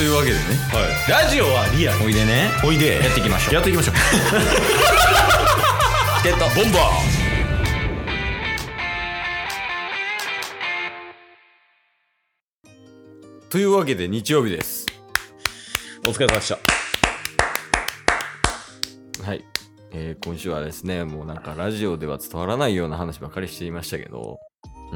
というわけでね、 ラジオはリアル。 おいでね、 おいでやっていきましょう。 やっていきましょう。 チケットボンバーというわけで日曜日です。 お疲れ様でした。 はい、今週はですね、もうなんかラジオでは伝わらないような話ばかりしていましたけど、こ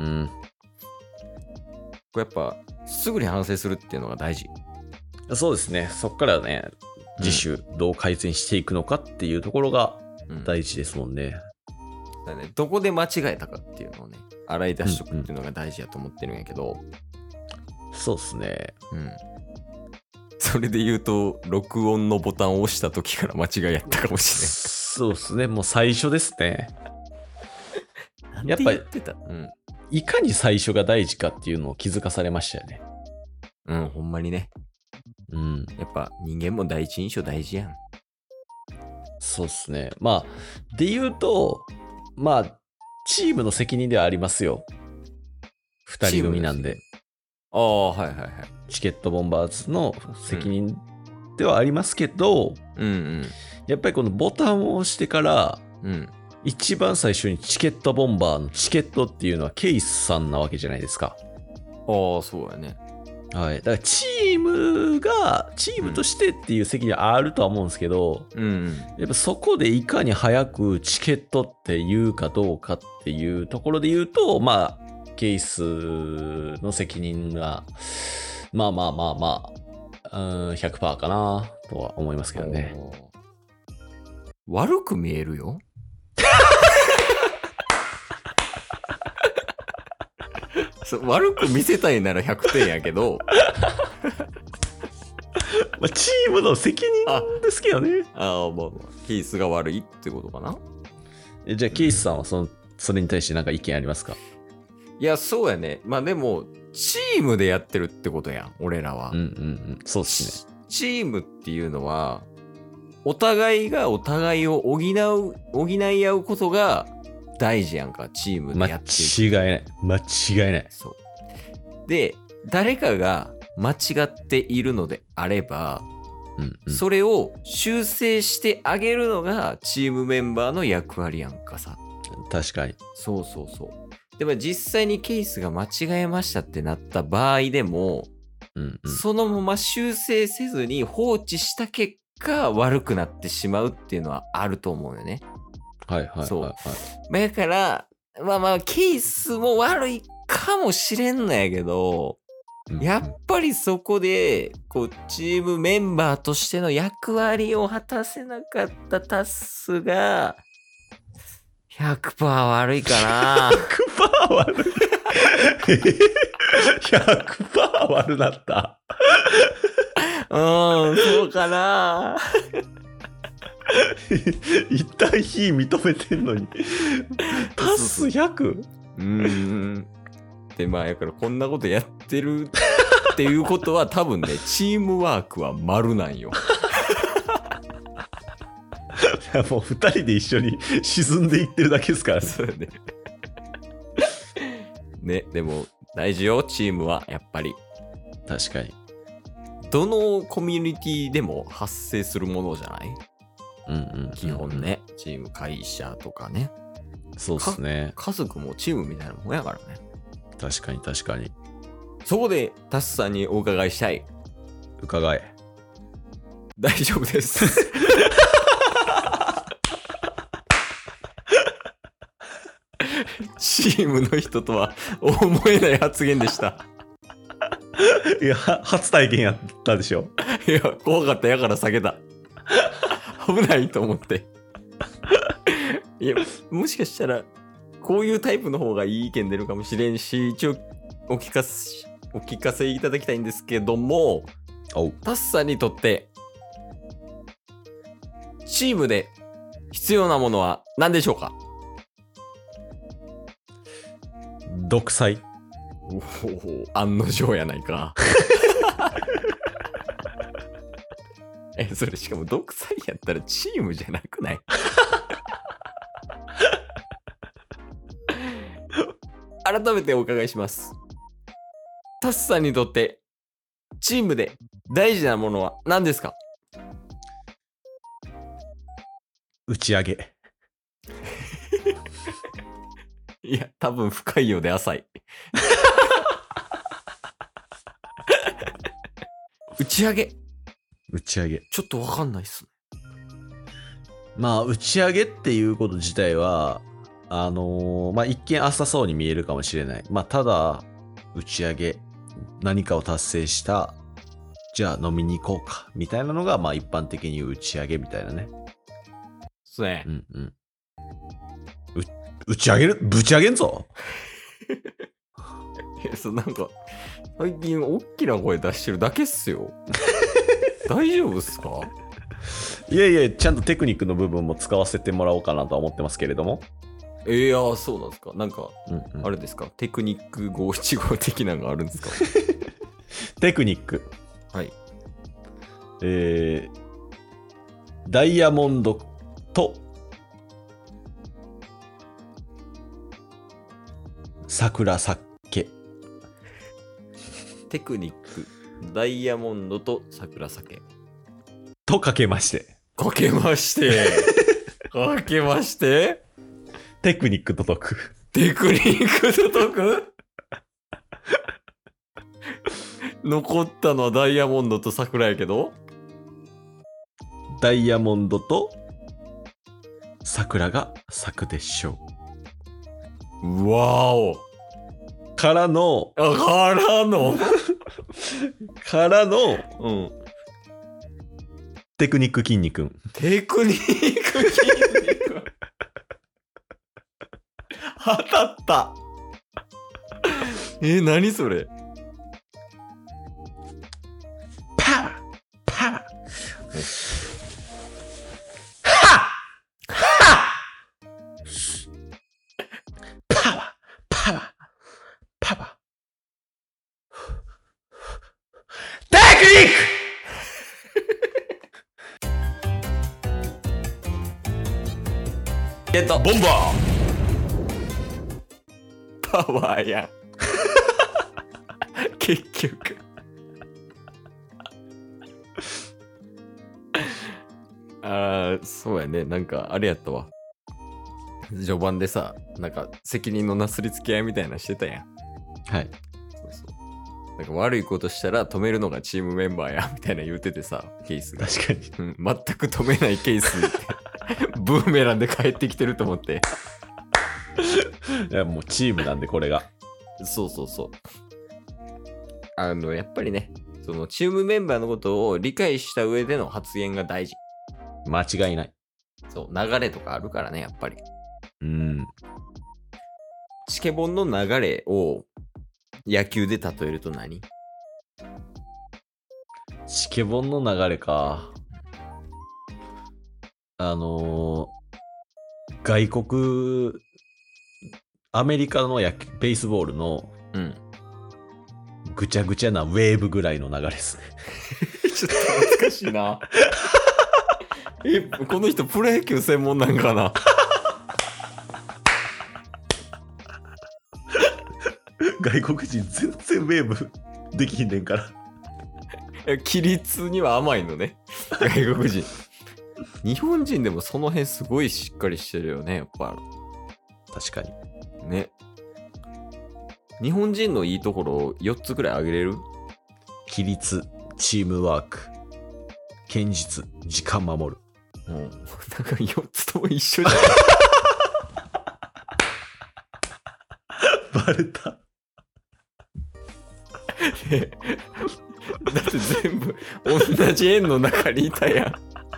れやっぱすぐに反省するっていうのが大事。 そうですね。そっからね、次週どう改善していくのかっていうところが大事ですもんね。 だね、どこで間違えたかっていうのをね、洗い出しとくっていうのが大事やと思ってるんやけど、 そうですね。 それで言うと、録音のボタンを押した時から間違いやったかもしれない。 そうですね。もう最初ですね。やっぱりいかに最初が大事かっていうのを気づかされましたよね。 ほんまにね。やっぱ人間も第一印象大事やん。 そうですね。まあ、で言うと、まあ、チームの責任ではありますよ。二人組なんで。 ああ、はいはいはい。 チケットボンバーズの責任ではありますけど、やっぱりこのボタンを押してから、一番最初にチケットボンバーのチケットっていうのはケイスさんなわけじゃないですか。 ああ、そうやね。 はい。だからチームとしてっていう責任はあるとは思うんですけど、やっぱそこでいかに早くチケットって言うかどうかっていうところで言うと、まあ、ケイスの責任が、まあ、100% かなとは思いますけどね。 悪く見えるよ。悪く見せたいなら100点やけどまあ、チームの責任ですけどね。 ケースが悪いってことかな。 じゃあケイスさんはそれに対して何か意見ありますか？ いや、そうやね。まあでもチームでやってるってことやん、俺らは。 そうっすね。 チームっていうのはお互いがお互いを補い合うことが大事やんか、チームでやってる。 間違いない。 そうで、誰かが間違っているのであれば、それを修正してあげるのがチームメンバーの役割やんかさ。 確かに。 そうでも実際にケースが間違えましたってなった場合でも、そのまま修正せずに放置した結果悪くなってしまうっていうのはあると思うよね。だからケースも悪いかもしれんのやけど、やっぱりそこでチームメンバーとしての役割を果たせなかったタスが 100% 悪いかな。 100% 悪い。100% 悪なった。 そうかな。 一旦非認めてんのにタス 100？ でやからこんなことやってるっていうことは多分ねチームワークは丸なんよ。 もう二人で一緒に沈んでいってるだけですからね。 そうね。でも大事よ、チームはやっぱり。 確かに。 どのコミュニティでも発生するものじゃない？基本ね、チーム、会社とかね。 そうっすね。 家族もチームみたいなもんやからね。 確かに。 そこでタスさんにお伺いしたい。 伺え。 大丈夫です。チームの人とは思えない発言でした。 いや、初体験やったでしょ。 いや、怖かったやから避けた。危ないと思って。いや、もしかしたらこういうタイプの方がいい意見出るかもしれんし、一応お聞かせいただきたいんですけども、タッサンにとってチームで必要なものは何でしょうか？ 独裁。 案の定やないか。それしかも独裁やったらチームじゃなくない？改めてお伺いします。タスさんにとってチームで大事なものは何ですか？ 打ち上げ。 いや、多分深いようで浅い。打ち上げ。 打ち上げ。 ちょっとわかんないっすね。 まあ、打ち上げっていうこと自体は、まあ一見浅そうに見えるかもしれない。まあただ、打ち上げ、何かを達成した、じゃあ飲みに行こうか、みたいなのが、まあ一般的に言う打ち上げみたいなね。 そうね。 うんうん。打ち上げる？ぶち上げんぞ。 なんか、最近大きな声出してるだけっすよ。大丈夫っすか？ いやいや、ちゃんとテクニックの部分も使わせてもらおうかなとは思ってますけれども。 いや、そうなんですか。なんか、あれですか、テクニック五七五的なのがあるんですか？ テクニック。 はい。 ダイヤモンドと桜酒。 テクニック、ダイヤモンドと桜酒。 とかけまして。 かけまして。かけまして。 テクニックと解く。 テクニックと解く残ったのはダイヤモンドと桜やけど、 ダイヤモンドと桜が咲くでしょう。うわお。 からの、からの、 うん。 テクニック筋肉。 テクニック筋肉。当たった。何それ？ パワーパワーパワーパワーパワーテクニックゲットボンバーパワーやん。結局そうやね。なんかあれやったわ。序盤でさ、なんか責任のなすりつけ合いみたいなしてたやん。 はい。 そうそう。なんか悪いことしたら止めるのがチームメンバーやみたいな言うててさ、ケースが。 確かに。 全く止めないケースってブーメランで帰ってきてると思って。 いやもうチームなんでこれが。 そうそうそう。やっぱりね、そのチームメンバーのことを理解した上での発言が大事。 間違いない。 そう、流れとかあるからね、やっぱり。 うん。 チケボンの流れを野球で例えると何？ チケボンの流れか。外国、アメリカのベースボールの、ぐちゃぐちゃなウェーブぐらいの流れですね。 ちょっと懐かしいな。この人プロ野球専門なんかな。 外国人全然ウェーブできひんねんから。 規律には甘いのね、外国人。日本人でもその辺すごいしっかりしてるよね、やっぱ。 確かに。 ね。日本人のいいところを4つくらい挙げれる？ 規律、チームワーク、堅実、時間守る。 なんか4つとも一緒じゃん。 バレた。 だって全部同じ円の中にいたやん。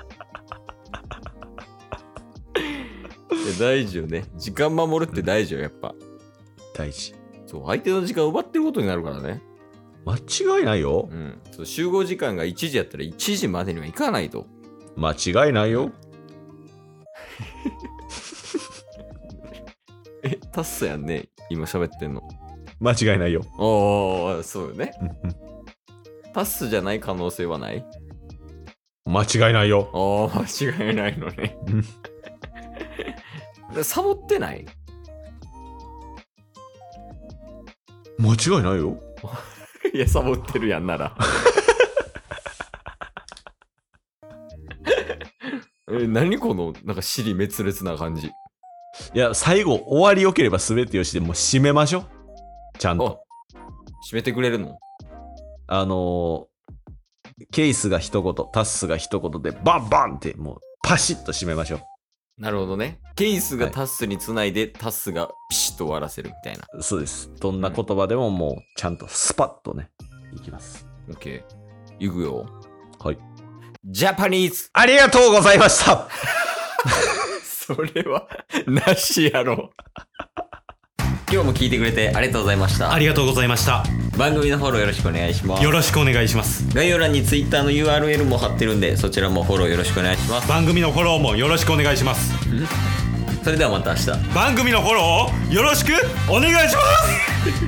大事よね。時間守るって大事よ、やっぱ。 大事。 そう、相手の時間を奪ってることになるからね。 間違いないよ。 そう、集合時間が1時やったら1時までには行かないと。 間違いないよ。 タッスやんね、今喋ってんの。 間違いないよ。 ああ、そうよね。タスじゃない可能性はない？ 間違いないよ。 ああ、間違いないのね。サボってない？ 間違いないよ。 いやサボってるやんなら何このなんか尻滅裂な感じ。 いや最後終わりよければ全てよしでもう締めましょう。ちゃんと締めてくれるの？ ケイスが一言タッスが一言でバンバンってもうパシッと締めましょう。 なるほどね。ケイスがタッスにつないで、タッスがピシッと終わらせるみたいな。 そうです。どんな言葉でももうちゃんとスパッとねいきます。 OK いくよ。 はい。 ジャパニーズありがとうございましたそれはなしやろ。今日も聞いてくれてありがとうございました。 ありがとうございました。 番組のフォローよろしくお願いします。 よろしくお願いします。 概要欄に Twitter の URL も貼ってるんで、そちらもフォローよろしくお願いします。 番組のフォローもよろしくお願いしますそれではまた明日。 番組のフォローをよろしくお願いします